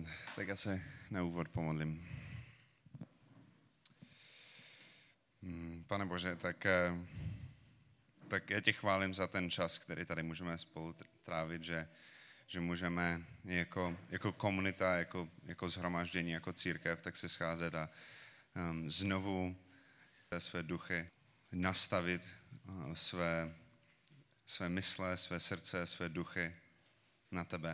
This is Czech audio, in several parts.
Tak já se na úvod pomodlím. Pane Bože, tak já tě chválím za ten čas, který tady můžeme spolu trávit, že můžeme jako komunita, jako shromáždění, jako církev, tak se scházet a znovu své duchy nastavit své mysle, své srdce, své duchy na tebe.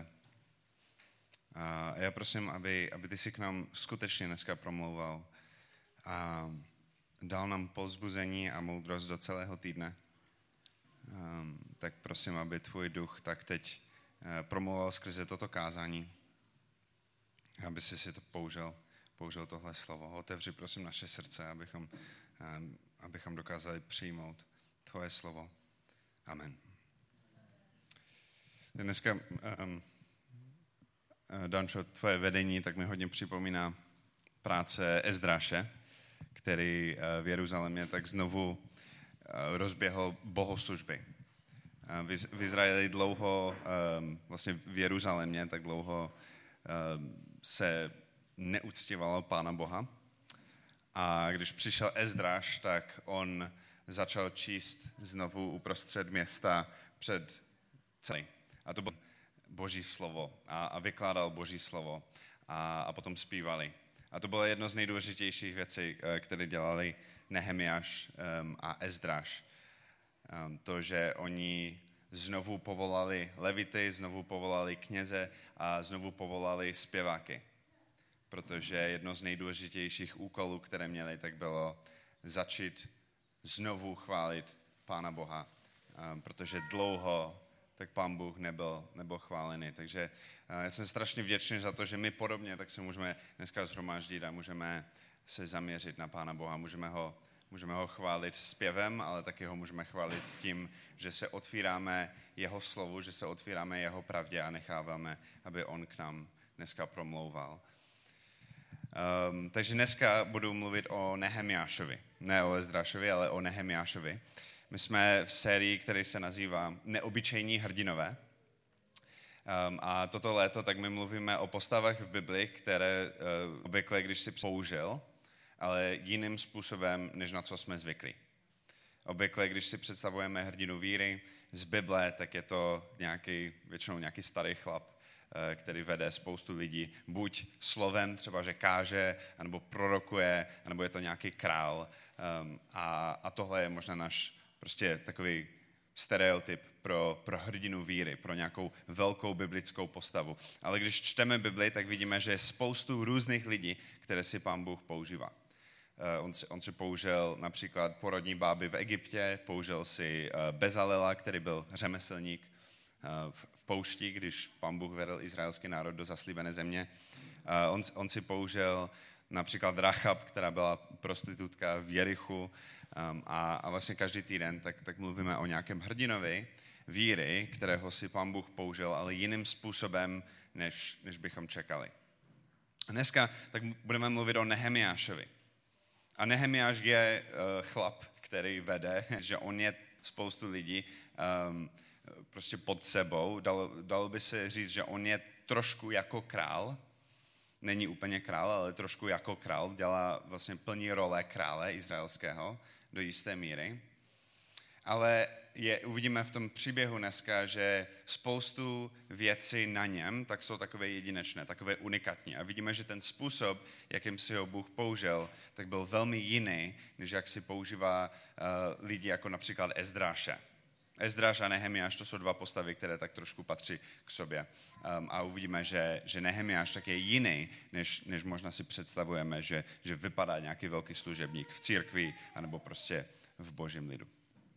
A já prosím, aby ty si k nám skutečně dneska promlouval a dal nám povzbuzení a moudrost do celého týdne. Tak prosím, aby tvůj duch tak teď promlouval skrze toto kázání, aby si to použil tohle slovo. Otevři prosím naše srdce, abychom dokázali přijmout tvoje slovo. Amen. Dneska, Dančo, tvoje vedení tak mi hodně připomíná práce Ezdráše, který v Jeruzalémě tak znovu rozběhl bohoslužby. V Izraeli dlouho, vlastně v Jeruzalémě, tak dlouho se neuctívalo Pána Boha. A když přišel Ezdráš, tak on začal číst znovu uprostřed města před celý. A to bylo Boží slovo a vykládal Boží slovo a potom zpívali. A to bylo jedno z nejdůležitějších věcí, které dělali Nehemiáš a Ezdráš. To, že oni znovu povolali levity, znovu povolali kněze a znovu povolali zpěváky. Protože jedno z nejdůležitějších úkolů, které měli, tak bylo začít znovu chválit Pána Boha. Protože dlouho tak Pán Bůh nebyl chválený. Takže já jsem strašně vděčný za to, že my podobně tak se můžeme dneska shromáždit a můžeme se zaměřit na Pána Boha. Můžeme ho chválit zpěvem, ale taky ho můžeme chválit tím, že se otvíráme jeho slovu, že se otvíráme jeho pravdě a necháváme, aby on k nám dneska promlouval. Takže dneska budu mluvit o Nehemiášovi. Ne o Ezdrášovi, ale o Nehemiášovi. My jsme v sérii, která se nazývá Neobyčejní hrdinové. A toto léto tak my mluvíme o postavách v Bibli, které obvykle, když si použil, ale jiným způsobem, než na co jsme zvyklí. Obvykle, když si představujeme hrdinu víry z Bible, tak je to většinou nějaký starý chlap, který vede spoustu lidí, buď slovem, třeba že káže, anebo prorokuje, anebo je to nějaký král. A tohle je možná náš prostě takový stereotyp pro hrdinu víry, pro nějakou velkou biblickou postavu. Ale když čteme Bibli, tak vidíme, že je spoustu různých lidí, které si Pán Bůh používá. On si použil například porodní báby v Egyptě, použil si Bezalela, který byl řemeslník v poušti, když Pán Bůh vedl izraelský národ do zaslíbené země. On si použil například Rachab, která byla prostitutka v Jerichu. A vlastně každý týden tak mluvíme o nějakém hrdinovi víry, kterého si Pán Bůh použil, ale jiným způsobem, než bychom čekali. Dneska tak budeme mluvit o Nehemiášovi. A Nehemiáš je chlap, který vede, že on je spoustu lidí prostě pod sebou. Dalo by se říct, že on je trošku jako král. Není úplně král, ale trošku jako král. Dělá vlastně plní role krále izraelského do jisté míry. Ale uvidíme v tom příběhu dneska, že spoustu věcí na něm tak jsou takové jedinečné, takové unikátní. A vidíme, že ten způsob, jakým si ho Bůh použil, tak byl velmi jiný, než jak si používá lidi jako například Ezdráše. Ezdráš a Nehemiáš, to jsou dva postavy, které tak trošku patří k sobě. A uvidíme, že Nehemiáš tak je jiný, než možná si představujeme, že vypadá nějaký velký služebník v církvi anebo prostě v božím lidu.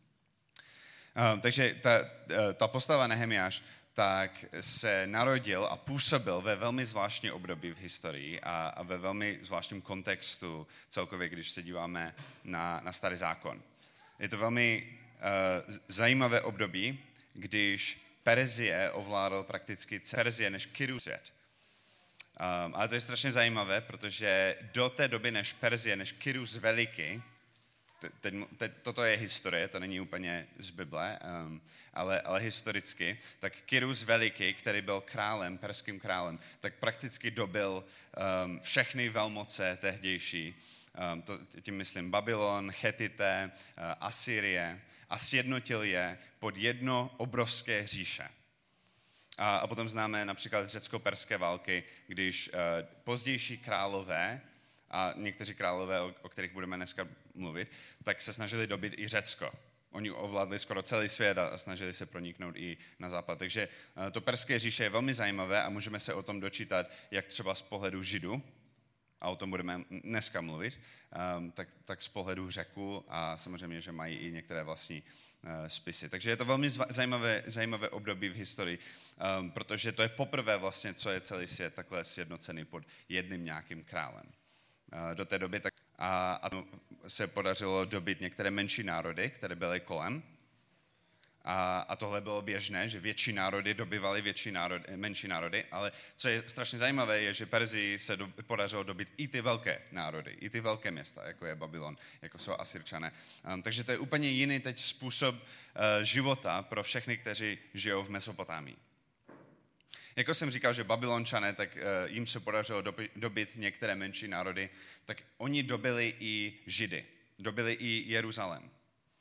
Takže ta postava Nehemiáš tak se narodil a působil ve velmi zvláštní období v historii a ve velmi zvláštním kontextu celkově, když se díváme na Starý zákon. Je to velmi zajímavé období, když Perzie ovládl prakticky Perzie než Kyrův svět. Ale to je strašně zajímavé, protože do té doby, než Perzie, než Kyrus Veliký toto je historie, to není úplně z Bible, ale historicky, tak Kyrus Veliký, který byl králem, perským králem, tak prakticky dobil všechny velmoce tehdější, tím myslím Babylon, Chetité, Asyrie, a sjednotil je pod jedno obrovské říše. A potom známe například řecko-perské války, když pozdější králové, a někteří králové, o kterých budeme dneska mluvit, tak se snažili dobit i Řecko. Oni ovládli skoro celý svět a snažili se proniknout i na západ. Takže to perské říše je velmi zajímavé a můžeme se o tom dočítat, jak třeba z pohledu Židů, a o tom budeme dneska mluvit, tak z pohledu Řeků a samozřejmě, že mají i některé vlastní spisy. Takže je to velmi zajímavé období v historii, protože to je poprvé vlastně, co je celý svět takhle sjednocený pod jedním nějakým králem. Do té doby a se podařilo dobit některé menší národy, které byly kolem. A tohle bylo běžné, že větší národy dobyvaly menší národy, ale co je strašně zajímavé, je, že Perzii se podařilo dobit i ty velké národy, i ty velké města, jako je Babylon, jako jsou Asyrčané. Takže to je úplně jiný teď způsob života pro všechny, kteří žijou v Mesopotámii. Jako jsem říkal, že Babylončané, tak jim se podařilo dobit některé menší národy, tak oni dobili i Židy, dobili i Jeruzalém.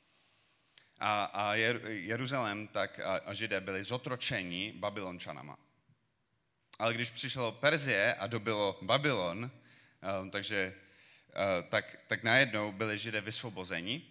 A Jeruzalém a Židé byli zotročeni Babylončanama. Ale když přišlo Perzie a dobilo Babylon, tak najednou byli Židé vysvobozeni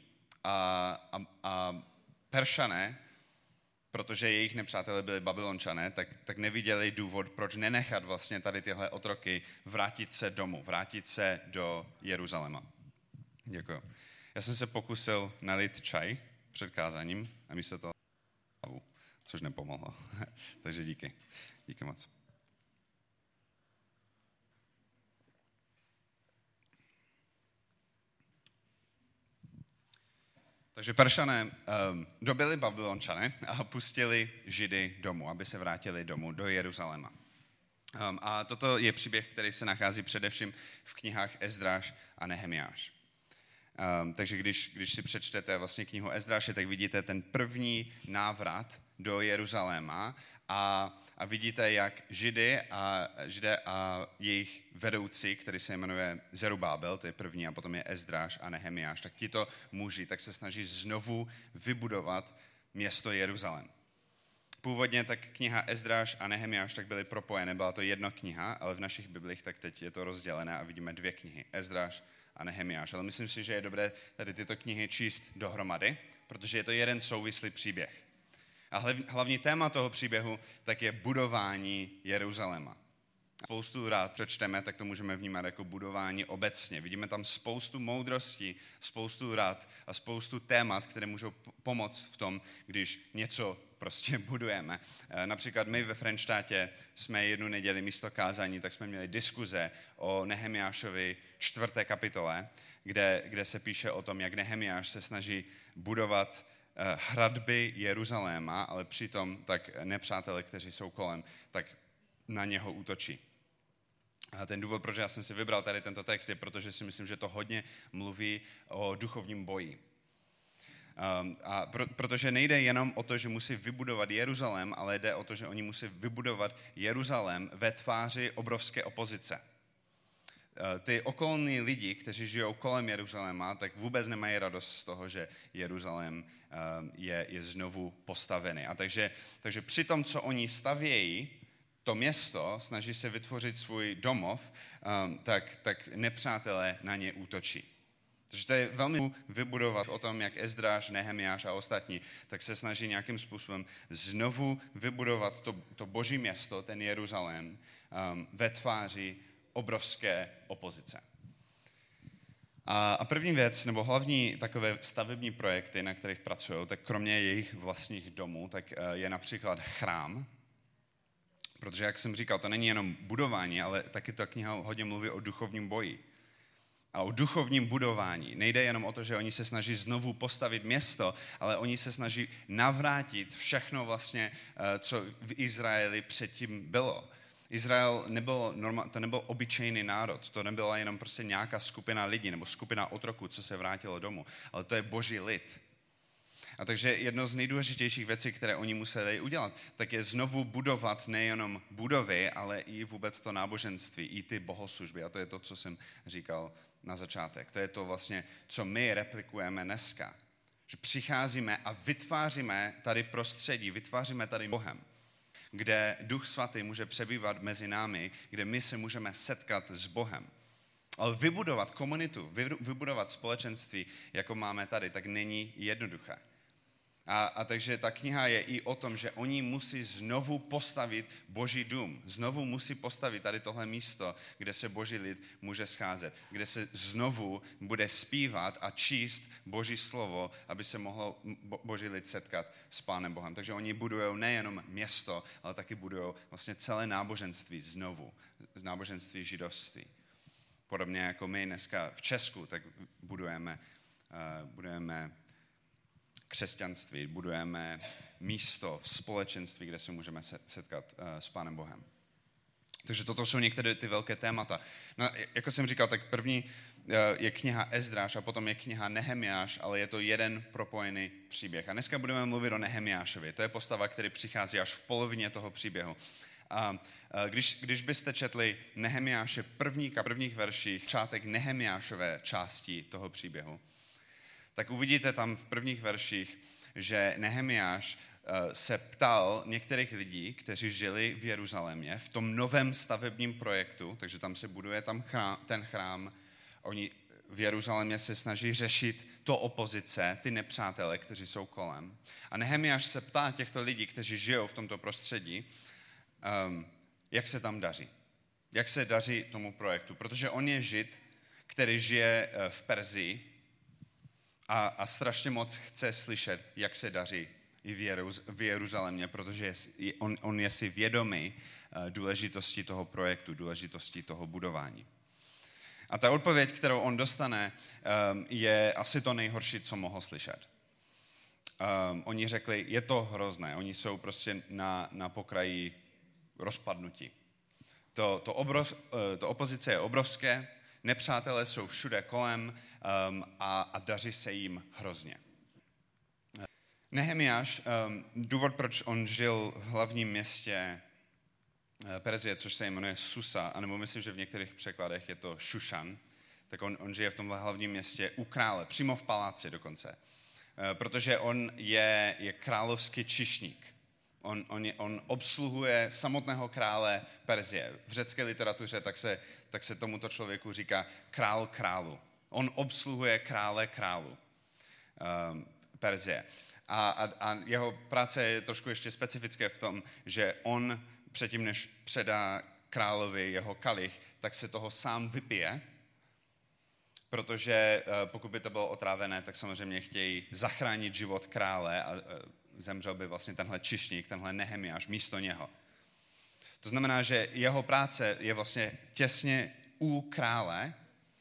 a Peršané, protože jejich nepřátelé byli Babylončané, tak neviděli důvod, proč nenechat vlastně tady tyhle otroky vrátit se domů, vrátit se do Jeruzaléma. Děkuji. Já jsem se pokusil nalít čaj před kázáním a místo toho což nepomohlo. Takže díky. Díky moc. Takže Peršané dobili Babylončany a pustili Židy domů, aby se vrátili domů do Jeruzaléma. A toto je příběh, který se nachází především v knihách Ezdráš a Nehemiáš. Takže když si přečtete vlastně knihu Ezdráše, tak vidíte ten první návrat do Jeruzaléma a vidíte, jak Židé a jejich vedoucí, který se jmenuje Zerubábel, to je první, a potom je Ezdráš a Nehemiáš, tak tito muži tak se snaží znovu vybudovat město Jeruzalém. Původně tak kniha Ezdráš a Nehemiáš tak byly propojené, byla to jedna kniha, ale v našich biblích tak teď je to rozdělené a vidíme dvě knihy, Ezdráš a Nehemiáš. Ale myslím si, že je dobré tady tyto knihy číst dohromady, protože je to jeden souvislý příběh. A hlavní téma toho příběhu tak je budování Jeruzaléma. Spoustu rád přečteme, tak to můžeme vnímat jako budování obecně. Vidíme tam spoustu moudrostí, spoustu rád a spoustu témat, které můžou pomoct v tom, když něco prostě budujeme. Například my ve Frenštátě jsme jednu neděli místo kázání, tak jsme měli diskuze o Nehemiášovi 4. kapitole, kde se píše o tom, jak Nehemiáš se snaží budovat hradby Jeruzaléma, ale přitom tak nepřátelé, kteří jsou kolem, tak na něho útočí. A ten důvod, proč já jsem si vybral tady tento text, je protože si myslím, že to hodně mluví o duchovním boji. Protože nejde jenom o to, že musí vybudovat Jeruzalém, ale jde o to, že oni musí vybudovat Jeruzalém ve tváři obrovské opozice. Ty okolní lidi, kteří žijou kolem Jeruzaléma, tak vůbec nemají radost z toho, že Jeruzalém je znovu postavený. A takže při tom, co oni stavějí, to město, snaží se vytvořit svůj domov, tak nepřátelé na ně útočí. Takže to je velmi vybudovat o tom, jak Ezdráš, Nehemiáš a ostatní, tak se snaží nějakým způsobem znovu vybudovat to boží město, ten Jeruzalém, ve tváři obrovské opozice. A první věc, nebo hlavní takové stavební projekty, na kterých pracují, tak kromě jejich vlastních domů, tak je například chrám. Protože, jak jsem říkal, to není jenom budování, ale taky ta kniha hodně mluví o duchovním boji. A o duchovním budování. Nejde jenom o to, že oni se snaží znovu postavit město, ale oni se snaží navrátit všechno vlastně, co v Izraeli předtím bylo. Izrael to nebyl obyčejný národ, to nebyla jenom prostě nějaká skupina lidí nebo skupina otroků, co se vrátilo domů, ale to je Boží lid. A takže jedno z nejdůležitějších věcí, které oni museli udělat, tak je znovu budovat nejenom budovy, ale i vůbec to náboženství, i ty bohoslužby. A to je to, co jsem říkal na začátek. To je to vlastně, co my replikujeme dneska. Že přicházíme a vytváříme tady prostředí, vytváříme tady Bohem, kde Duch Svatý může přebývat mezi námi, kde my se můžeme setkat s Bohem. Ale vybudovat komunitu, vybudovat společenství, jako máme tady, tak není jednoduché. A takže ta kniha je i o tom, že oni musí znovu postavit Boží dům. Znovu musí postavit tady tohle místo, kde se Boží lid může scházet. Kde se znovu bude zpívat a číst Boží slovo, aby se mohlo Boží lid setkat s Pánem Bohem. Takže oni budují nejenom město, ale taky budují vlastně celé náboženství znovu. Náboženství židovství. Podobně jako my dneska v Česku, tak budujeme křesťanství, budujeme místo, společenství, kde se můžeme setkat s Pánem Bohem. Takže toto jsou některé ty velké témata. No, jako jsem říkal, tak první je kniha Ezdráš a potom je kniha Nehemiáš, ale je to jeden propojený příběh. A dneska budeme mluvit o Nehemiášovi. To je postava, který přichází až v polovině toho příběhu. A když byste četli Nehemiáše prvních verších, začátek Nehemiášové části toho příběhu, tak uvidíte tam v prvních verších, že Nehemiáš se ptal některých lidí, kteří žili v Jeruzalémě, v tom novém stavebním projektu, takže tam se buduje ten chrám. Oni v Jeruzalémě se snaží řešit to opozice, ty nepřátele, kteří jsou kolem. A Nehemiáš se ptá těchto lidí, kteří žijou v tomto prostředí, jak se tam daří. Jak se daří tomu projektu. Protože on je Žid, který žije v Perzii, a strašně moc chce slyšet, jak se daří i v Jeruzalémě, protože on je si vědomý důležitosti toho projektu, důležitosti toho budování. A ta odpověď, kterou on dostane, je asi to nejhorší, co mohl slyšet. Oni řekli, je to hrozné, oni jsou prostě na pokraji rozpadnutí. To opozice je obrovské, nepřátelé jsou všude kolem a daří se jim hrozně. Nehemiáš, důvod, proč on žil v hlavním městě Perzie, což se jmenuje Susa, anebo myslím, že v některých překladech je to Šušan, tak on žije v tomhle hlavním městě u krále, přímo v paláci dokonce. Protože on je královský čišník. On obsluhuje samotného krále Perzie. V řecké literatuře tak se tomuto člověku říká král králu. On obsluhuje krále králu Perzie. A jeho práce je trošku ještě specifické v tom, že on předtím, než předá královi jeho kalich, tak se toho sám vypije, protože pokud by to bylo otrávené, tak samozřejmě chtějí zachránit život krále a zemřel by vlastně tenhle čišník, tenhle Nehemiáš místo něho. To znamená, že jeho práce je vlastně těsně u krále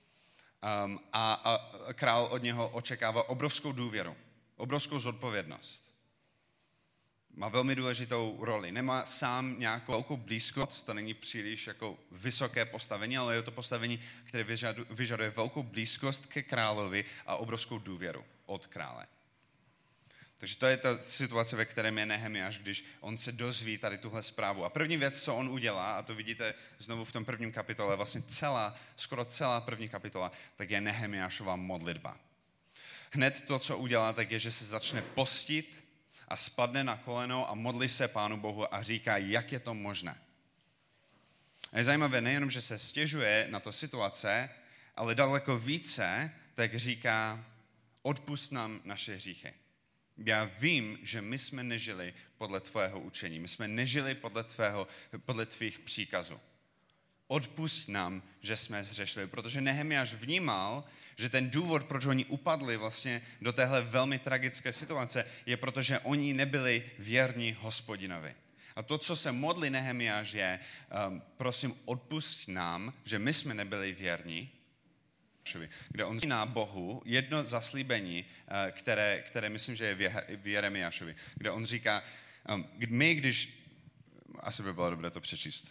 a král od něho očekává obrovskou důvěru, obrovskou zodpovědnost. Má velmi důležitou roli. Nemá sám nějakou velkou blízkost, to není příliš jako vysoké postavení, ale je to postavení, které vyžaduje velkou blízkost ke královi a obrovskou důvěru od krále. Takže to je ta situace, ve kterém je Nehemiáš, když on se dozví tady tuhle zprávu. A první věc, co on udělá, a to vidíte znovu v tom prvním kapitole, vlastně skoro celá první kapitola, tak je Nehemiášova modlitba. Hned to, co udělá, tak je, že se začne postit a spadne na koleno a modlí se Pánu Bohu a říká, jak je to možné. A je zajímavé nejenom, že se stěžuje na to situace, ale daleko více, tak říká, odpusť nám naše hříchy. Já vím, že my jsme nežili podle tvého učení, my jsme nežili podle tvých příkazů. Odpusť nám, že jsme zřešili, protože Nehemiáš vnímal, že ten důvod, proč oni upadli vlastně do téhle velmi tragické situace, je protože oni nebyli věrní Hospodinovi. A to, co se modlí Nehemiáš, je, prosím, odpusť nám, že my jsme nebyli věrní, kde on říká Bohu jedno zaslíbení, které myslím, že je v Jeremiášovi, kde on říká, my, když asi by bylo dobré to přečíst.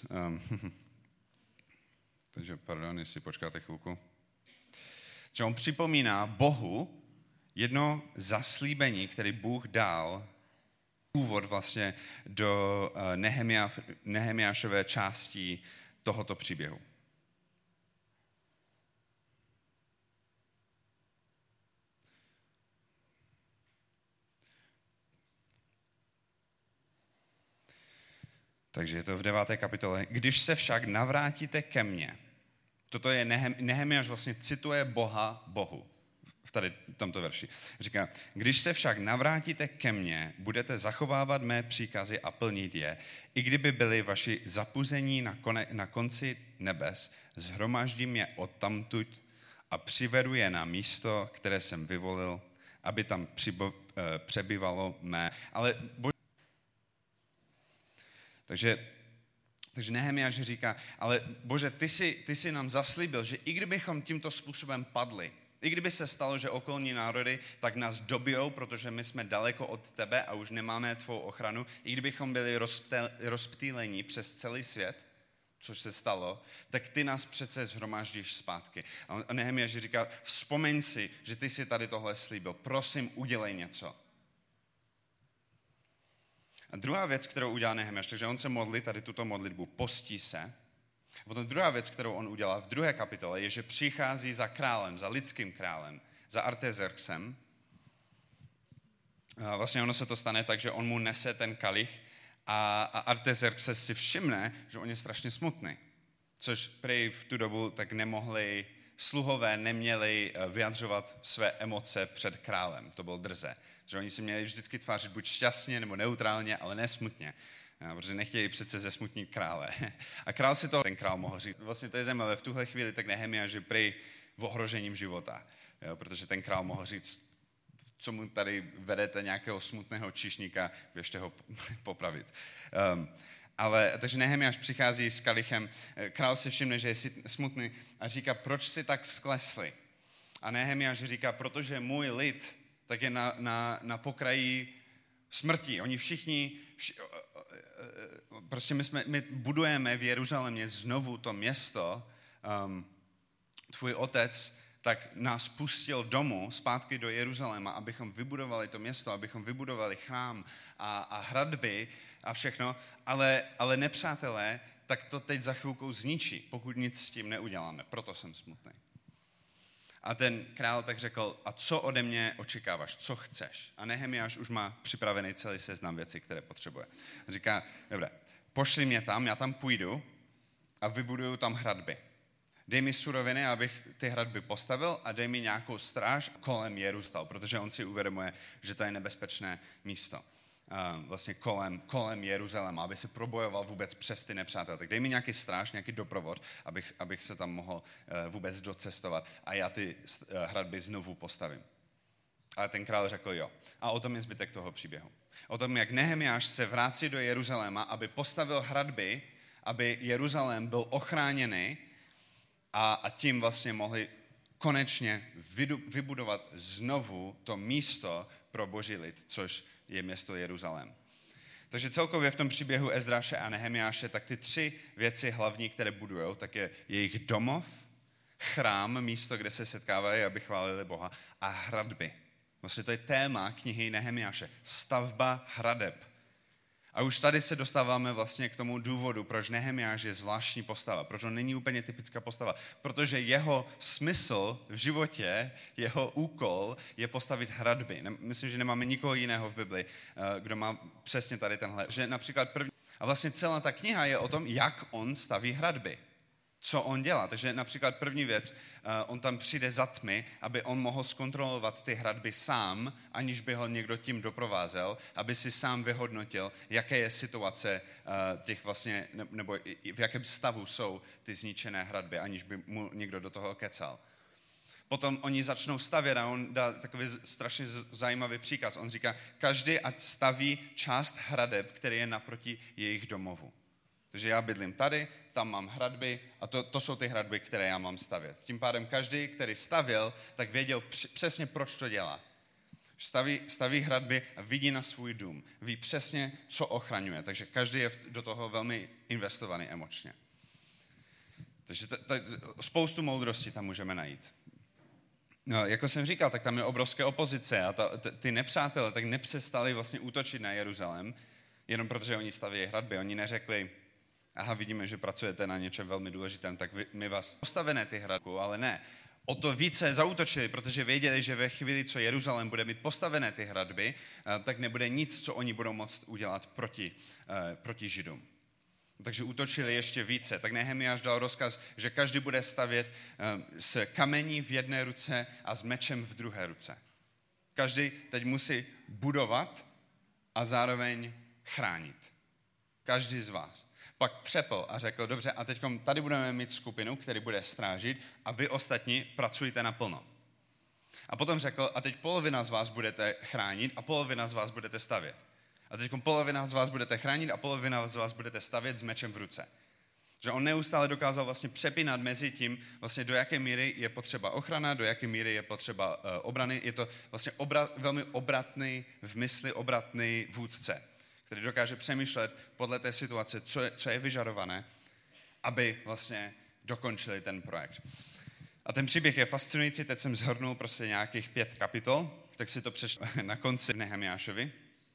Takže pardon, jestli počkáte chvilku. Že on připomíná Bohu jedno zaslíbení, který Bůh dal, úvod vlastně do Nehemiášové části tohoto příběhu. Takže je to v 9. kapitole. Když se však navrátíte ke mně, toto je Nehemiáš vlastně cituje Boha Bohu. Tady tomto verši. Říká, když se však navrátíte ke mně, budete zachovávat mé příkazy a plnit je, i kdyby byly vaši zapuzení na konci nebes, zhromáždím je odtamtud a přivedu je na místo, které jsem vyvolil, aby tam přebývalo mé. Takže Nehemiáš říká, ale Bože, ty jsi nám zaslíbil, že i kdybychom tímto způsobem padli, i kdyby se stalo, že okolní národy tak nás dobijou, protože my jsme daleko od tebe a už nemáme tvou ochranu, i kdybychom byli rozptýleni přes celý svět, což se stalo, tak ty nás přece shromáždíš zpátky. A Nehemiáš říká, vzpomeň si, že ty jsi tady tohle slíbil, prosím, udělej něco. A druhá věc, kterou udělá Nehemiáš, takže on se modlí tady tuto modlitbu, postí se. A potom druhá věc, kterou on udělá v 2. kapitole, je, že přichází za králem, za lidským králem, za Artaxerxem. A vlastně ono se to stane tak, že on mu nese ten kalich a Artaxerxes si všimne, že on je strašně smutný. Což prý v tu dobu tak sluhové neměli vyjadřovat své emoce před králem. To bylo drze. Že oni si měli vždycky tvářit buď šťastně nebo neutrálně, ale ne smutně. Protože nechtěli přece zesmutnit krále. A král si to, ten král mohl říct. Vlastně to je zajímavé, v tuhle chvíli tak Nehemiáš je prý v ohrožením života. Jo, protože ten král mohl říct, co mu tady vedete nějakého smutného číšníka, běžte ho popravit. Takže Nehemiáš přichází s kalichem, král si všimne, že je smutný a říká, proč si tak sklesli? A Nehemiáš říká, protože můj lid tak je na pokraji smrti. Oni všichni prostě my budujeme v Jeruzalémě znovu to město. Tvůj otec tak nás pustil domů, zpátky do Jeruzaléma, abychom vybudovali to město, abychom vybudovali chrám a hradby a všechno, ale nepřátelé, tak to teď za chvilkou zničí, pokud nic s tím neuděláme. Proto jsem smutný. A ten král tak řekl, a co ode mě očekáváš, co chceš? A Nehemiáš už má připravený celý seznam věcí, které potřebuje. Říká, dobré, pošli mě tam, já tam půjdu a vybuduju tam hradby. Dej mi suroviny, abych ty hradby postavil a dej mi nějakou stráž kolem Jeruzaléma, protože on si uvědomuje, že to je nebezpečné místo. Vlastně kolem Jeruzaléma, aby se probojoval vůbec přes ty nepřátelé. Tak dej mi nějaký stráž, nějaký doprovod, abych se tam mohl vůbec docestovat a já ty hradby znovu postavím. Ale ten král řekl jo. A o tom je zbytek toho příběhu. O tom, jak Nehemiáš se vrací do Jeruzaléma, aby postavil hradby, aby Jeruzalém byl ochráněný a tím vlastně mohli konečně vybudovat znovu to místo pro boží lid, což je město Jeruzalém. Takže celkově v tom příběhu Ezdráše a Nehemiáše, tak ty 3 věci hlavní, které budujou, tak je jejich domov, chrám, místo, kde se setkávají, aby chválili Boha, a hradby. Vlastně to je téma knihy Nehemiáše. Stavba hradeb. A už tady se dostáváme vlastně k tomu důvodu, proč Nehemiáš je zvláštní postava, proč on není úplně typická postava. Protože jeho smysl v životě, jeho úkol je postavit hradby. Myslím, že nemáme nikoho jiného v Bibli, kdo má přesně tady tenhle. Že například a vlastně celá ta kniha je o tom, jak on staví hradby. Co on dělá. Takže například první věc, on tam přijde za tmy, aby on mohl zkontrolovat ty hradby sám, aniž by ho někdo tím doprovázel, aby si sám vyhodnotil, jaké je situace těch vlastně, nebo v jakém stavu jsou ty zničené hradby, aniž by mu někdo do toho kecal. Potom oni začnou stavět a on dá takový strašně zajímavý příkaz. On říká, každý ať staví část hradeb, který je naproti jejich domovu. Takže já bydlím tady, tam mám hradby a to jsou ty hradby, které já mám stavět. Tím pádem každý, který stavěl, tak věděl přesně, proč to dělá. Staví hradby a vidí na svůj dům. Ví přesně, co ochraňuje. Takže každý je do toho velmi investovaný emočně. Takže spoustu moudrosti tam můžeme najít. No, jako jsem říkal, tak tam je obrovské opozice a ty nepřátelé tak nepřestali vlastně útočit na Jeruzalém, jenom protože oni staví hradby. Oni neřekli, aha, vidíme, že pracujete na něčem velmi důležitém, tak my vás postavené ty hradby, ale ne. O to více zaútočili, protože věděli, že ve chvíli, co Jeruzalém bude mít postavené ty hradby, tak nebude nic, co oni budou moct udělat proti Židům. Takže útočili ještě více. Tak Nehemiáš dal rozkaz, že každý bude stavět s kamení v jedné ruce a s mečem v druhé ruce. Každý teď musí budovat a zároveň chránit. Každý z vás. Pak přepl a řekl, dobře, a teď tady budeme mít skupinu, který bude strážit a vy ostatní pracujte naplno. A potom řekl, a teď polovina z vás budete chránit a polovina z vás budete stavět. A teď polovina z vás budete chránit a polovina z vás budete stavět s mečem v ruce. Že on neustále dokázal vlastně přepínat mezi tím, vlastně do jaké míry je potřeba ochrana, do jaké míry je potřeba obrany. Je to vlastně velmi obratný v mysli, obratný vůdce, který dokáže přemýšlet podle té situace, co je vyžadované, aby vlastně dokončili ten projekt. A ten příběh je fascinující, teď jsem shrnul prostě nějakých 5 kapitol, tak si to přečtu na konci Nehemiášovi.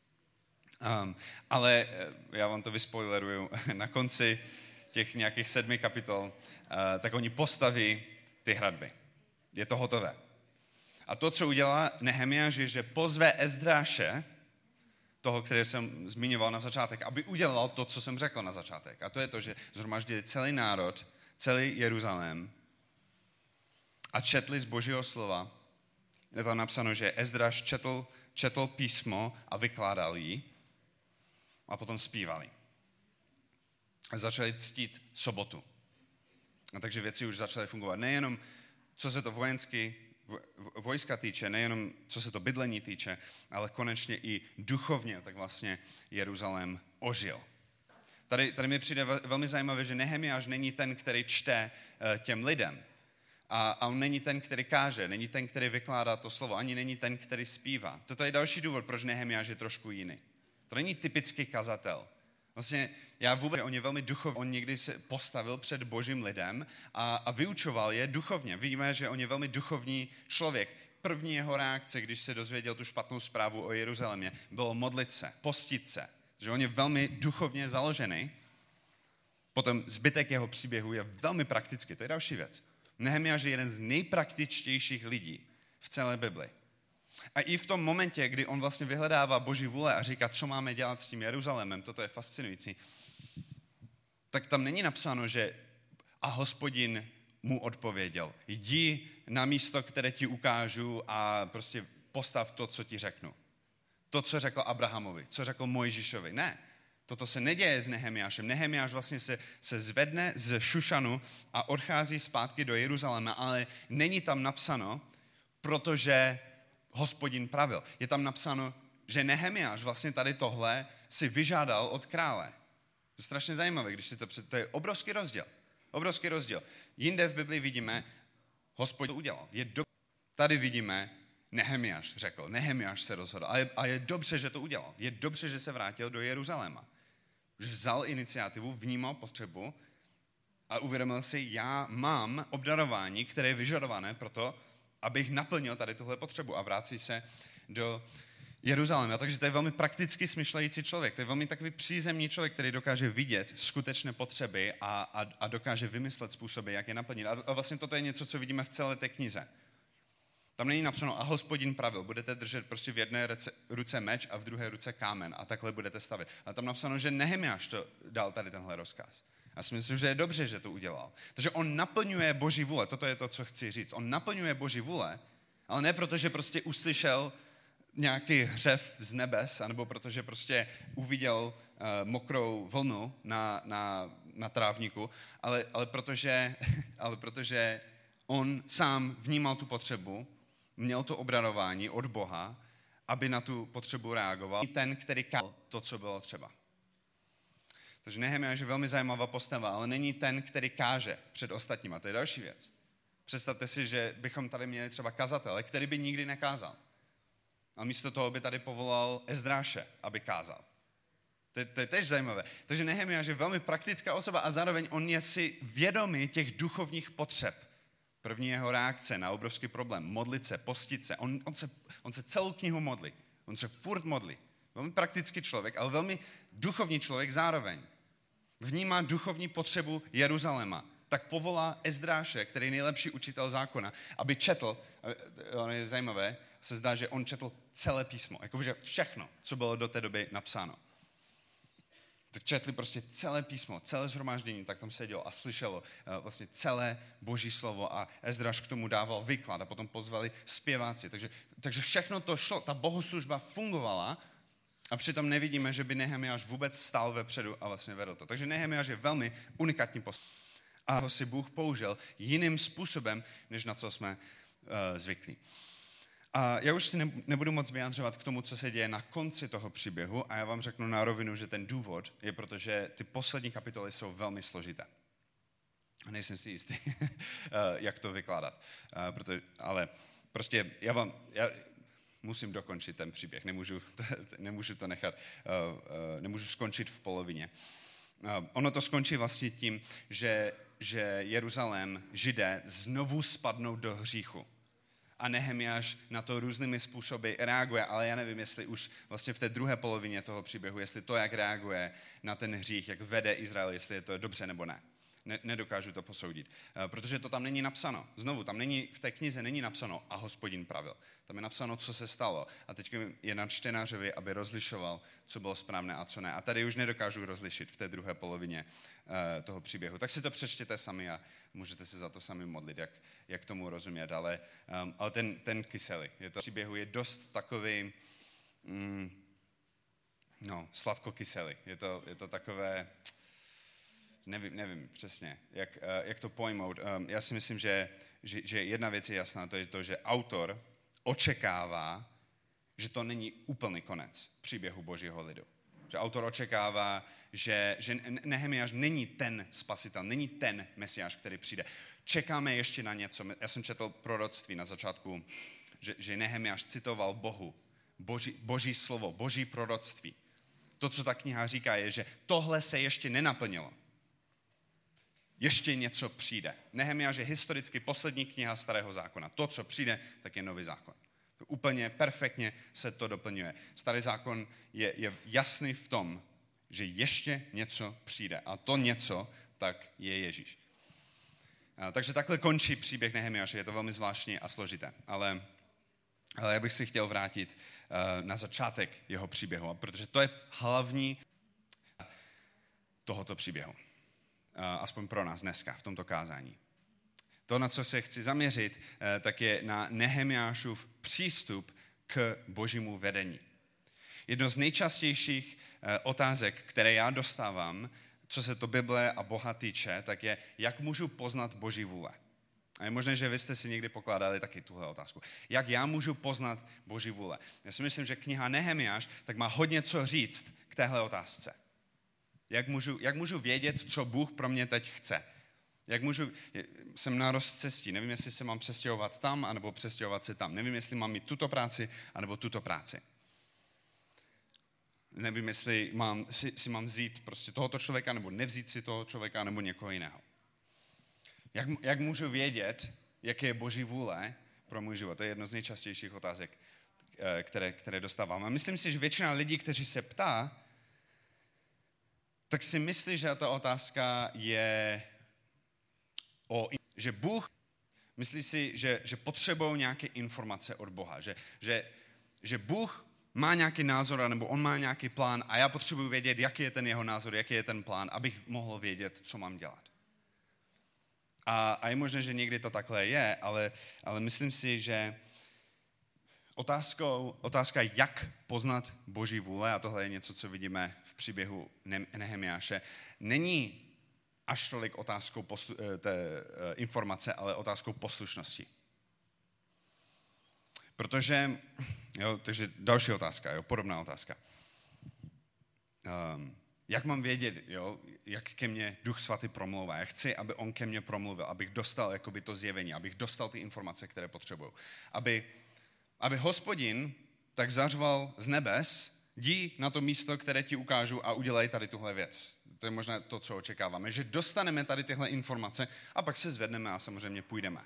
Ale já vám to vyspoileruju, na konci těch nějakých 7 kapitol, tak oni postaví ty hradby. Je to hotové. A to, co udělá Nehemiáš, je, že pozve Ezdráše, toho, který jsem zmiňoval na začátek, aby udělal to, co jsem řekl na začátek. A to je to, že zhromaždili celý národ, celý Jeruzalém a četli z Božího slova. Je tam napsáno, že Ezdráš četl písmo a vykládal ji a potom zpívali. A začali ctít sobotu. A takže věci už začaly fungovat. Nejenom, co se to vojska týče, nejenom co se to bydlení týče, ale konečně i duchovně, tak vlastně Jeruzalém ožil. Tady mi přijde velmi zajímavé, že Nehemiáš není ten, který čte těm lidem. A on není ten, který káže, není ten, který vykládá to slovo, ani není ten, který zpívá. Toto je další důvod, proč Nehemiáš je trošku jiný. To není typický kazatel. Vlastně on je velmi duchovní, on někdy se postavil před božím lidem a vyučoval je duchovně. Víme, že on je velmi duchovní člověk. První jeho reakce, když se dozvěděl tu špatnou zprávu o Jeruzalémě, bylo modlit se, postit se. Že on je velmi duchovně založený. Potom zbytek jeho příběhu je velmi praktický, to je další věc. Nehemiáš je jeden z nejpraktičtějších lidí v celé Bibli. A i v tom momentě, kdy on vlastně vyhledává Boží vůle a říká, co máme dělat s tím Jeruzalémem, toto je fascinující, tak tam není napsáno, že a Hospodin mu odpověděl. Jdi na místo, které ti ukážu a prostě postav to, co ti řeknu. To, co řekl Abrahamovi, co řekl Mojžíšovi. Ne, toto se neděje s Nehemiášem. Nehemiáš vlastně se zvedne z Šušanu a odchází zpátky do Jeruzaléma, ale není tam napsáno, protože Hospodin pravil. Je tam napsáno, že Nehemiáš vlastně tady tohle si vyžádal od krále. To je strašně zajímavé, když si to je obrovský rozdíl. Obrovský rozdíl. Jinde v Biblii vidíme, Hospodin to udělal. Tady vidíme, Nehemiáš řekl, Nehemiáš se rozhodl. A je dobře, že to udělal. Je dobře, že se vrátil do Jeruzaléma. Že vzal iniciativu, vnímal potřebu a uvědomil si, já mám obdarování, které je vyžadované pro to, abych naplnil tady tuhle potřebu a vrací se do Jeruzaléma. Takže to je velmi prakticky smyšlející člověk. To je velmi takový přízemní člověk, který dokáže vidět skutečné potřeby a dokáže vymyslet způsoby, jak je naplnit. A vlastně toto je něco, co vidíme v celé té knize. Tam není napsáno, a Hospodin pravil, budete držet prostě v jedné ruce meč a v druhé ruce kámen a takhle budete stavět. A tam napsáno, že Nehemiáš to dal tady tenhle rozkaz. Já si myslím, že je dobře, že to udělal. Takže on naplňuje Boží vůle, toto je to, co chci říct. On naplňuje Boží vůle, ale ne proto, že prostě uslyšel nějaký hřev z nebes, anebo protože prostě uviděl mokrou vlnu na trávníku, ale protože on sám vnímal tu potřebu, měl to obdarování od Boha, aby na tu potřebu reagoval. Ten, který kázal to, co bylo třeba. Takže Nehemiáš je velmi zajímavá postava, ale není ten, který káže před ostatníma. To je další věc. Představte si, že bychom tady měli třeba kazatele, který by nikdy nekázal. A místo toho by tady povolal Ezdráše, aby kázal. To je tež zajímavé. Takže Nehemiáš je velmi praktická osoba a zároveň on je si vědomý těch duchovních potřeb. První jeho reakce na obrovský problém, modlit se, postit se. On se celou knihu modlí. On se furt modlí. Velmi praktický člověk, ale velmi duchovní člověk zároveň. Vnímá duchovní potřebu Jeruzaléma. Tak povolá Ezdráše, který je nejlepší učitel zákona, aby četl, ono je zajímavé, se zdá, že on četl celé písmo, jakože všechno, co bylo do té doby napsáno. Tak četli prostě celé písmo, celé shromáždění, tak tam sedělo a slyšelo vlastně celé Boží slovo a Ezdráš k tomu dával výklad a potom pozvali zpěváci. Takže všechno to šlo, ta bohoslužba fungovala a přitom nevidíme, že by Nehemiáš vůbec stál vepředu a vlastně vedl to. Takže Nehemiáš je velmi unikátní postav. A ho si Bůh použil jiným způsobem, než na co jsme zvyklí. A já už si nebudu moc vyjádřovat k tomu, co se děje na konci toho příběhu a já vám řeknu na rovinu, že ten důvod je, protože ty poslední kapitoly jsou velmi složité. A nejsem si jistý, jak to vykládat. Ale prostě já musím dokončit ten příběh, nemůžu to nechat, nemůžu skončit v polovině. Ono to skončí vlastně tím, že Jeruzalém, Židé, znovu spadnou do hříchu. A Nehemiáš na to různými způsoby reaguje, ale já nevím, jestli už vlastně v té druhé polovině toho příběhu, jestli to, jak reaguje na ten hřích, jak vede Izrael, jestli je to dobře nebo ne. Nedokážu to posoudit, protože to tam není napsáno. Znovu, v té knize není napsáno a Hospodin pravil. Tam je napsáno, co se stalo. A teď je na čtenářovi, aby rozlišoval, co bylo správné a co ne. A tady už nedokážu rozlišit v té druhé polovině toho příběhu. Tak si to přečtěte sami a můžete se za to sami modlit, jak tomu rozumět. Ale ten kyselý příběhu je dost takový sladkokyselý. Je to takové... Nevím přesně, jak to pojmout. Já si myslím, že jedna věc je jasná, to je to, že autor očekává, že to není úplný konec příběhu Božího lidu. Že autor očekává, že Nehemiáš není ten spasitel, není ten mesiáš, který přijde. Čekáme ještě na něco. Já jsem četl proroctví na začátku, že Nehemiáš citoval Boží slovo, Boží proroctví. To, co ta kniha říká, je, že tohle se ještě nenaplnilo. Ještě něco přijde. Nehemiáš je historicky poslední kniha Starého zákona. To, co přijde, tak je Nový zákon. To úplně perfektně se to doplňuje. Starý zákon je jasný v tom, že ještě něco přijde. A to něco, tak je Ježíš. Takže takhle končí příběh Nehemiáše. Je to velmi zvláštní a složité. Ale já bych si chtěl vrátit na začátek jeho příběhu, protože to je hlavní tohoto příběhu. Aspoň pro nás dneska v tomto kázání. To, na co se chci zaměřit, tak je na Nehemiášův přístup k Božímu vedení. Jedno z nejčastějších otázek, které já dostávám, co se to Bible a Boha týče, tak je, jak můžu poznat Boží vůle. A je možné, že vy jste si někdy pokládali taky tuhle otázku. Jak já můžu poznat Boží vůle? Já si myslím, že kniha Nehemiáš tak má hodně co říct k téhle otázce. Jak můžu vědět, co Bůh pro mě teď chce? Jsem na rozcestí, nevím, jestli se mám přestěhovat tam, anebo přestěhovat se tam. Nevím, jestli mám mít tuto práci, anebo tuto práci. Nevím, jestli si mám vzít prostě tohoto člověka, nebo nevzít si toho člověka, nebo někoho jiného. Jak můžu vědět, jaké je Boží vůle pro můj život? To je jedno z nejčastějších otázek, které dostávám. A myslím si, že většina lidí, kteří se ptá, tak si myslí, že ta otázka je že Bůh myslí si, že potřebují nějaké informace od Boha, že Bůh má nějaký názor, nebo on má nějaký plán a já potřebuji vědět, jaký je ten jeho názor, jaký je ten plán, abych mohl vědět, co mám dělat. A je možné, že někdy to takhle je, ale myslím si, že otázka, jak poznat Boží vůle, a tohle je něco, co vidíme v příběhu Nehemiáše, není až tolik otázkou informace, ale otázkou poslušnosti. Takže další otázka, podobná otázka. Jak mám vědět, jak ke mně Duch Svatý promlouvá? Já chci, aby on ke mně promluvil, abych dostal to zjevení, abych dostal ty informace, které potřebuju. Aby Hospodin tak zařval z nebes, jdi na to místo, které ti ukážu a udělej tady tuhle věc. To je možná to, co očekáváme, že dostaneme tady tyhle informace a pak se zvedneme a samozřejmě půjdeme.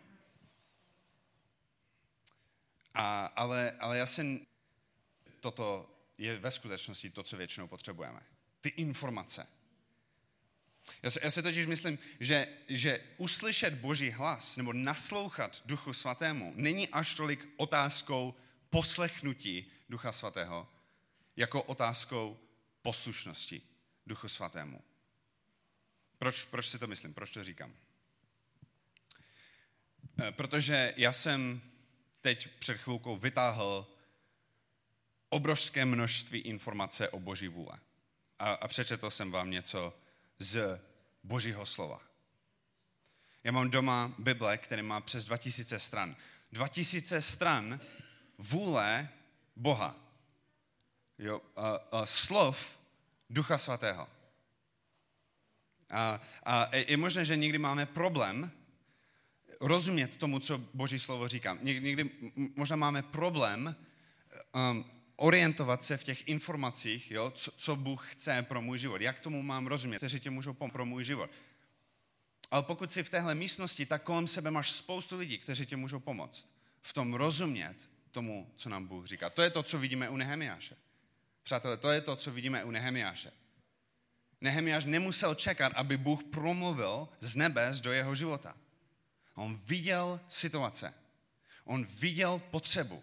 Ale toto je ve skutečnosti to, co většinou potřebujeme. Ty informace. Já si totiž myslím, že uslyšet Boží hlas nebo naslouchat Duchu Svatému není až tolik otázkou poslechnutí Ducha Svatého, jako otázkou poslušnosti Duchu Svatému. Proč si to myslím? Proč to říkám? Protože já jsem teď před chvilkou vytáhl obrovské množství informace o Boží vůle. A přečetl jsem vám něco z Božího slova. Já mám doma Bible, který má přes 2000 stran. 2000 stran vůle Boha. Jo, slov Ducha Svatého. A je možné, že někdy máme problém rozumět tomu, co Boží slovo říká. Někdy možná máme problém orientovat se v těch informacích, jo, co Bůh chce pro můj život. Jak tomu mám rozumět, kteří tě můžou pomoct pro můj život. Ale pokud jsi v téhle místnosti, tak kolem sebe máš spoustu lidí, kteří tě můžou pomoct v tom rozumět tomu, co nám Bůh říká. To je to, co vidíme u Nehemiáše. Přátelé, to je to, co vidíme u Nehemiáše. Nehemiáš nemusel čekat, aby Bůh promluvil z nebes do jeho života. On viděl situace. On viděl potřebu.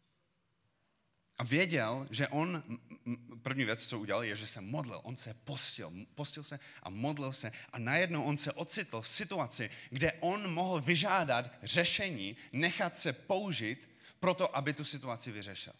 A věděl, že první věc, co udělal, je, že se modlil. On se postil se a modlil se. A najednou on se ocitl v situaci, kde on mohl vyžádat řešení, nechat se použít proto, aby tu situaci vyřešil.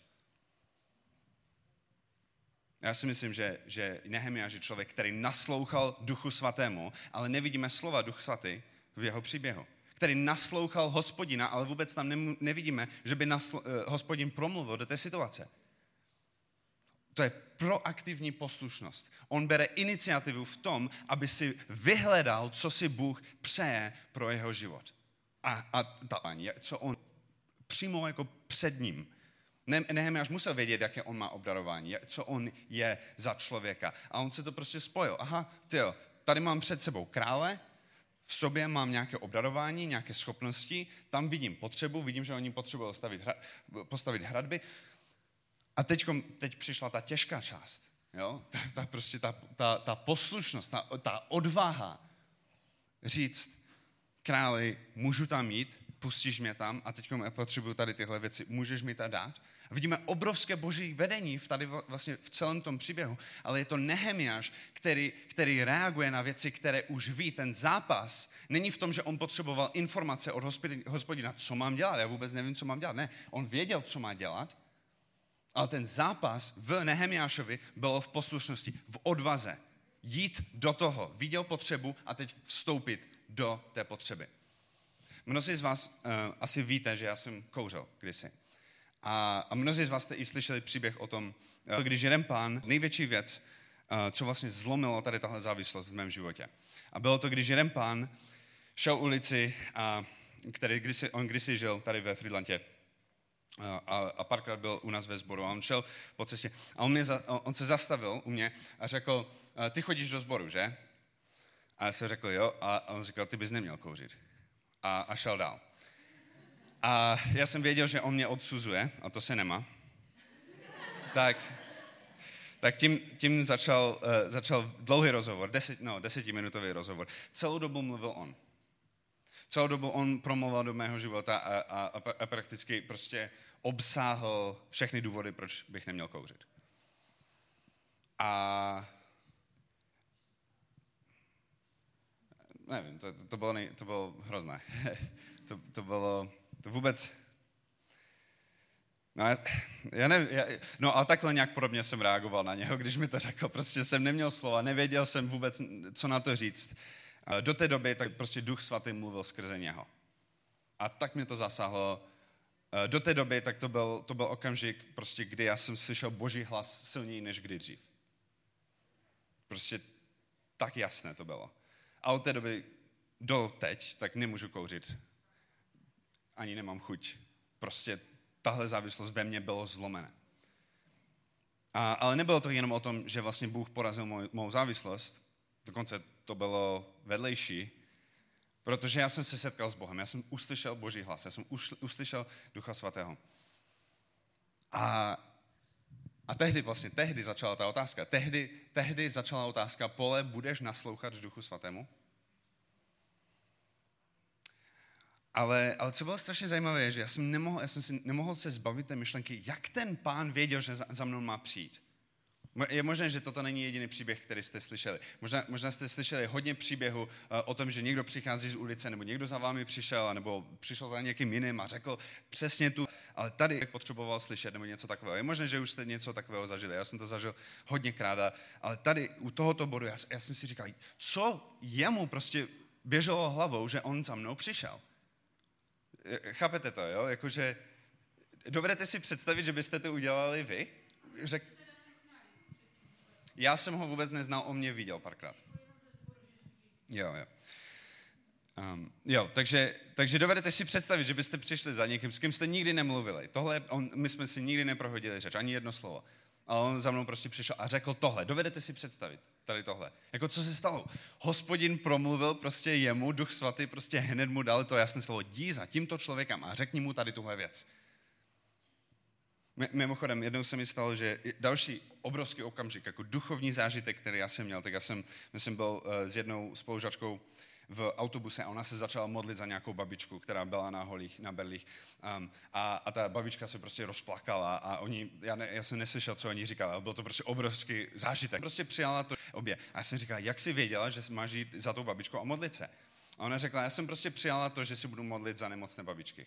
Já si myslím, že Nehemiáš je člověk, který naslouchal Duchu Svatému, ale nevidíme slova Duch Svatý v jeho příběhu. Který naslouchal Hospodina, ale vůbec tam nevidíme, že by Hospodin promluvil do té situace. To je proaktivní poslušnost. On bere iniciativu v tom, aby si vyhledal, co si Bůh přeje pro jeho život. Co on přímo jako před ním. Nehemiáš musel vědět, jaké on má obdarování, co on je za člověka. A on se to prostě spojil. Aha, tady mám před sebou krále, v sobě mám nějaké obdarování, nějaké schopnosti, tam vidím potřebu, vidím, že oni potřebují postavit hradby. A teď přišla ta těžká část. Jo? Ta poslušnost, ta odvaha říct králi, můžu tam jít, pustíš mě tam a teď potřebuju tady tyhle věci, můžeš mi to dát? A vidíme obrovské boží vedení tady vlastně v celém tom příběhu, ale je to Nehemiáš, který reaguje na věci, které už ví. Ten zápas není v tom, že on potřeboval informace od Hospodina, co mám dělat, já vůbec nevím, co mám dělat. Ne, on věděl, co má dělat, ale ten zápas v Nehemiášovi bylo v poslušnosti, v odvaze. Jít do toho, viděl potřebu a teď vstoupit do té potřeby. Mnozí z vás asi víte, že já jsem kouřil kdysi. A mnozí z vás jste i slyšeli příběh o tom, když jeden pán, největší věc, co vlastně zlomilo tady tahle závislost v mém životě. A bylo to, když jeden pán šel ulici, on kdysi žil tady ve Frýdlantě a párkrát byl u nás ve sboru a on šel po cestě a on se zastavil u mě a řekl, ty chodíš do sboru, že? A já jsem řekl jo a on říkal, ty bys neměl kouřit. A šel dál. A já jsem věděl, že on mě odsuzuje, a to se nemá. Tak tím začal dlouhý rozhovor, 10minutový rozhovor. Celou dobu mluvil on. Celou dobu on promluvil do mého života a prakticky prostě obsáhl všechny důvody, proč bych neměl kouřit. A nevím, to bylo hrozné. To vůbec... No a takhle nějak podobně jsem reagoval na něho, když mi to řekl. Prostě jsem neměl slova, nevěděl jsem vůbec, co na to říct. Do té doby tak prostě Duch Svatý mluvil skrze něho. A tak mě to zasáhlo. Do té doby tak to byl okamžik, prostě, kdy já jsem slyšel Boží hlas silněji než kdy dřív. Prostě tak jasné to bylo. A od té doby do teď tak nemůžu kouřit. Ani nemám chuť. Prostě tahle závislost ve mně bylo zlomené. Ale nebylo to jenom o tom, že vlastně Bůh porazil mou závislost, dokonce to bylo vedlejší, protože já jsem se setkal s Bohem, já jsem uslyšel Boží hlas, já jsem uslyšel Ducha Svatého. A tehdy začala ta otázka. Tehdy začala otázka, Pole, budeš naslouchat Duchu Svatému? Ale co bylo strašně zajímavé, je, že já jsem si nemohl se zbavit té myšlenky, jak ten Pán věděl, že za mnou má přijít. Je možné, že toto není jediný příběh, který jste slyšeli. Možná jste slyšeli hodně příběhů o tom, že někdo přichází z ulice, nebo někdo za vámi přišel, nebo přišel za někým jiným a řekl přesně tu, ale tady potřeboval slyšet, nebo něco takového. Je možné, že už jste něco takového zažili. Já jsem to zažil hodněkrát, ale tady u tohoto bodu já jsem si říkal, co jemu prostě běželo hlavou, že on za mnou přišel. Chápete to, jo? Jakože, dovedete si představit, že byste to udělali vy? Já jsem ho vůbec neznal, on mě viděl párkrát. Jo, takže dovedete si představit, že byste přišli za někým, s kým jste nikdy nemluvili. My jsme si nikdy neprohodili řeč, ani jedno slovo. A on za mnou prostě přišel a řekl tohle. Dovedete si představit tady tohle. Jako co se stalo? Hospodin promluvil prostě jemu, Duch Svatý prostě hned mu dal to jasné slovo. Jdi za tímto člověkem a řekni mu tady tuhle věc. Mimochodem, jednou se mi stalo, že další obrovský okamžik, jako duchovní zážitek, který já jsem měl, tak já jsem byl s jednou spolužačkou v autobuse a ona se začala modlit za nějakou babičku, která byla na berlích. A ta babička se prostě rozplakala a já jsem neslyšel, co oni říkali, ale byl to prostě obrovský zážitek. Prostě přijala to obě. A já jsem říkal, jak jsi věděla, že máš jít za tou babičkou a modlit se? A ona řekla, já jsem prostě přijala to, že si budu modlit za nemocné babičky.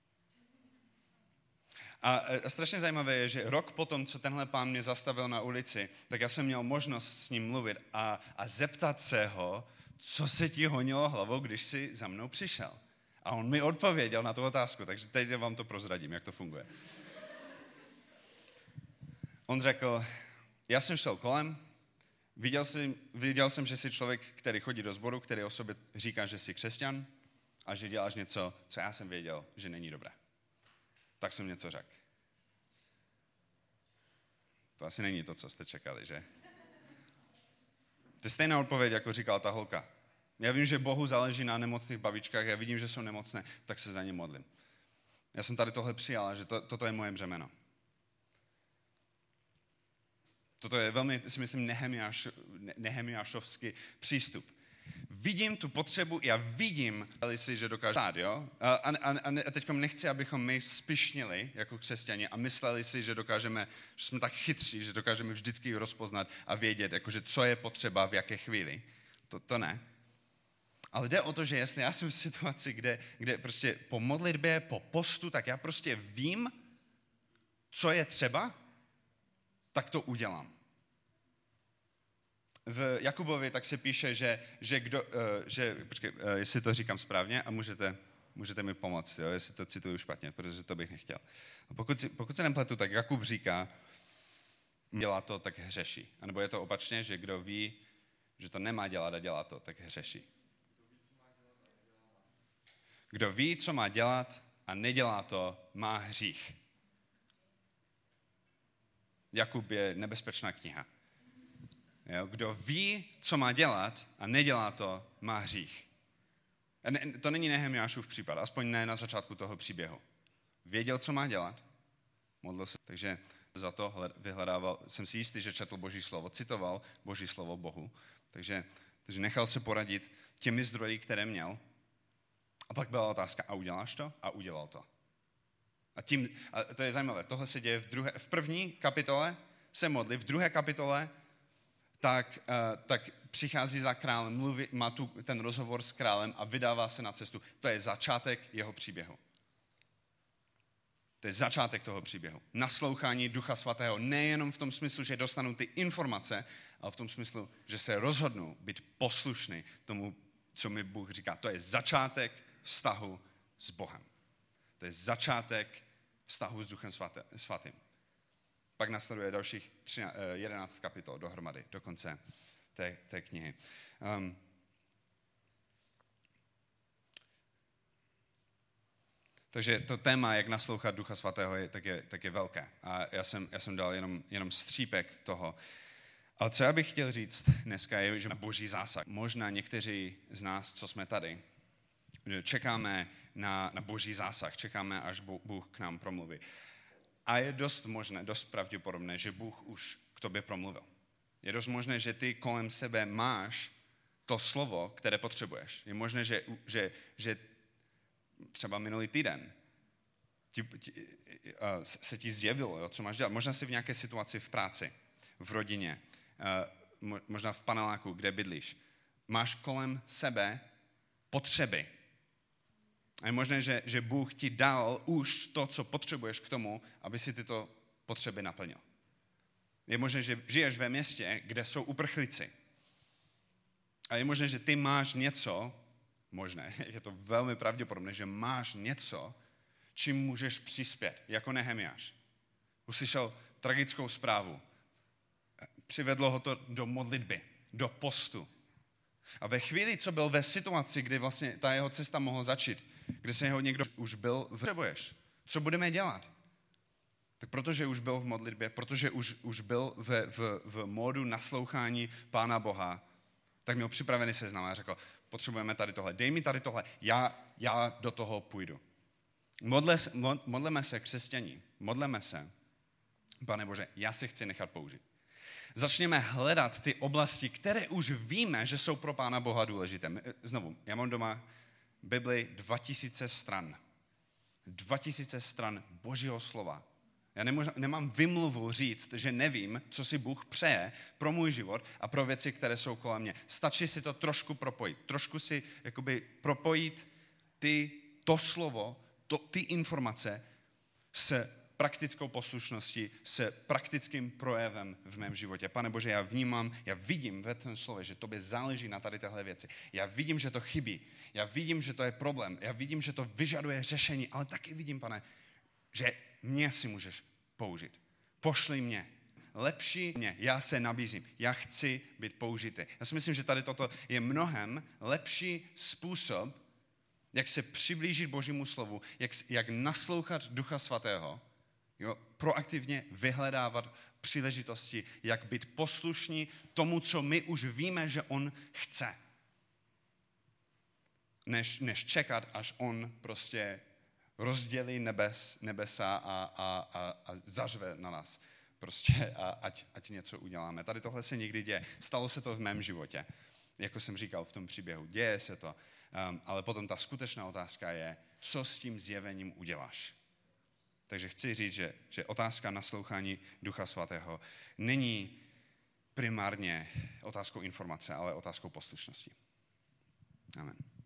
A strašně zajímavé je, že rok potom, co tenhle pán mě zastavil na ulici, tak já jsem měl možnost s ním mluvit a zeptat se ho, co se ti honilo hlavou, když jsi za mnou přišel. A on mi odpověděl na tu otázku, takže teď vám to prozradím, jak to funguje. On řekl, já jsem šel kolem, viděl jsem, že jsi člověk, který chodí do sboru, který o sobě říká, že jsi křesťan a že děláš něco, co já jsem věděl, že není dobré. Tak jsem něco řekl. To asi není to, co jste čekali, že? To je stejná odpověď, jako říkala ta holka. Já vím, že Bohu záleží na nemocných babičkách, já vidím, že jsou nemocné, tak se za ně modlím. Já jsem tady tohle přijal, že toto je moje břemeno. Toto je velmi, si myslím, nehemiášovský přístup. Vidím tu potřebu, já vidím, si, že dokážu dát, jo? A teď nechci, abychom my spišnili jako křesťani a mysleli si, že dokážeme, že jsme tak chytří, že dokážeme vždycky rozpoznat a vědět, jakože co je potřeba v jaké chvíli. To ne. Ale jde o to, že jestli já jsem v situaci, kde prostě po modlitbě, po postu, tak já prostě vím, co je třeba, tak to udělám. V Jakubovi tak se píše, jestli to říkám správně a můžete mi pomoct, jo, jestli to cituju špatně, protože to bych nechtěl. A pokud se nepletu, tak Jakub říká, dělá to, tak hřeší. A nebo je to opačně, že kdo ví, že to nemá dělat a dělá to, tak hřeší. Kdo ví, co má dělat a nedělá to, má hřích. Jakub je nebezpečná kniha. Jo, kdo ví, co má dělat a nedělá to, má hřích. To není Nehemiášův případ, aspoň ne na začátku toho příběhu. Věděl, co má dělat, modlil se, takže za to vyhledával, jsem si jistý, že četl Boží slovo, citoval Boží slovo Bohu, takže nechal se poradit těmi zdroji, které měl. A pak byla otázka, a uděláš to? A udělal to. A to je zajímavé, tohle se děje v první kapitole, se modlí, v druhé kapitole tak přichází za králem, má tu ten rozhovor s králem a vydává se na cestu. To je začátek jeho příběhu. To je začátek toho příběhu. Naslouchání Ducha Svatého nejenom v tom smyslu, že dostanou ty informace, ale v tom smyslu, že se rozhodnou být poslušný tomu, co mi Bůh říká. To je začátek vztahu s Bohem. To je začátek vztahu s Duchem Svatým. Pak následuje dalších 11 kapitol dohromady, do konce té knihy. Takže to téma, jak naslouchat Ducha Svatého, tak je velké. A já jsem dal jenom střípek toho. Ale co já bych chtěl říct dneska je, že boží zásah. Možná někteří z nás, co jsme tady, čekáme na boží zásah, čekáme, až Bůh k nám promluví. A je dost možné, dost pravděpodobné, že Bůh už k tobě promluvil. Je dost možné, že ty kolem sebe máš to slovo, které potřebuješ. Je možné, že třeba minulý týden se ti zjevilo, jo, co máš dělat. Možná jsi v nějaké situaci v práci, v rodině, možná v paneláku, kde bydlíš. Máš kolem sebe potřeby. A je možné, že Bůh ti dal už to, co potřebuješ k tomu, aby si tyto potřeby naplnil. Je možné, že žiješ ve městě, kde jsou uprchlíci. A je možné, že ty máš něco, je to velmi pravděpodobné, že máš něco, čím můžeš přispět, jako Nehemiáš. Uslyšel tragickou zprávu. Přivedlo ho to do modlitby, do postu. A ve chvíli, co byl ve situaci, kdy vlastně ta jeho cesta mohla začít, kde se jeho někdo už byl potřebuješ. Co budeme dělat? Tak protože už byl v modlitbě, protože už byl v módu naslouchání Pána Boha, tak měl připravený seznam a řekl, potřebujeme tady tohle, dej mi tady tohle, já do toho půjdu. Modleme se, křesťaní, modleme se, Pane Bože, já se chci nechat použít. Začněme hledat ty oblasti, které už víme, že jsou pro Pána Boha důležité. Znovu, já mám doma Bibli 2000 stran. 2000 stran Božího slova. Já nemám vymluvu říct, že nevím, co si Bůh přeje pro můj život a pro věci, které jsou kolem mě. Stačí si to trošku propojit. Trošku si jakoby propojit to slovo, ty informace s praktickou poslušností, s praktickým projevem v mém životě. Pane Bože, já vidím ve tom slově, že tobě záleží na tady téhle věci. Já vidím, že to chybí. Já vidím, že to je problém. Já vidím, že to vyžaduje řešení, ale taky vidím, Pane, že mě si můžeš použít. Pošli mě. Lepší mě. Já se nabízím. Já chci být použitý. Já si myslím, že tady toto je mnohem lepší způsob, jak se přiblížit Božímu slovu, jak naslouchat Ducha Svatého, jo, proaktivně vyhledávat příležitosti, jak být poslušní tomu, co my už víme, že on chce. Než čekat, až on prostě rozdělí nebesa a zařve na nás. Prostě ať něco uděláme. Tady tohle se někdy děje. Stalo se to v mém životě. Jako jsem říkal v tom příběhu. Děje se to. Ale potom ta skutečná otázka je, co s tím zjevením uděláš. Takže chci říct, že otázka naslouchání Ducha Svatého není primárně otázkou informace, ale otázkou poslušnosti. Amen.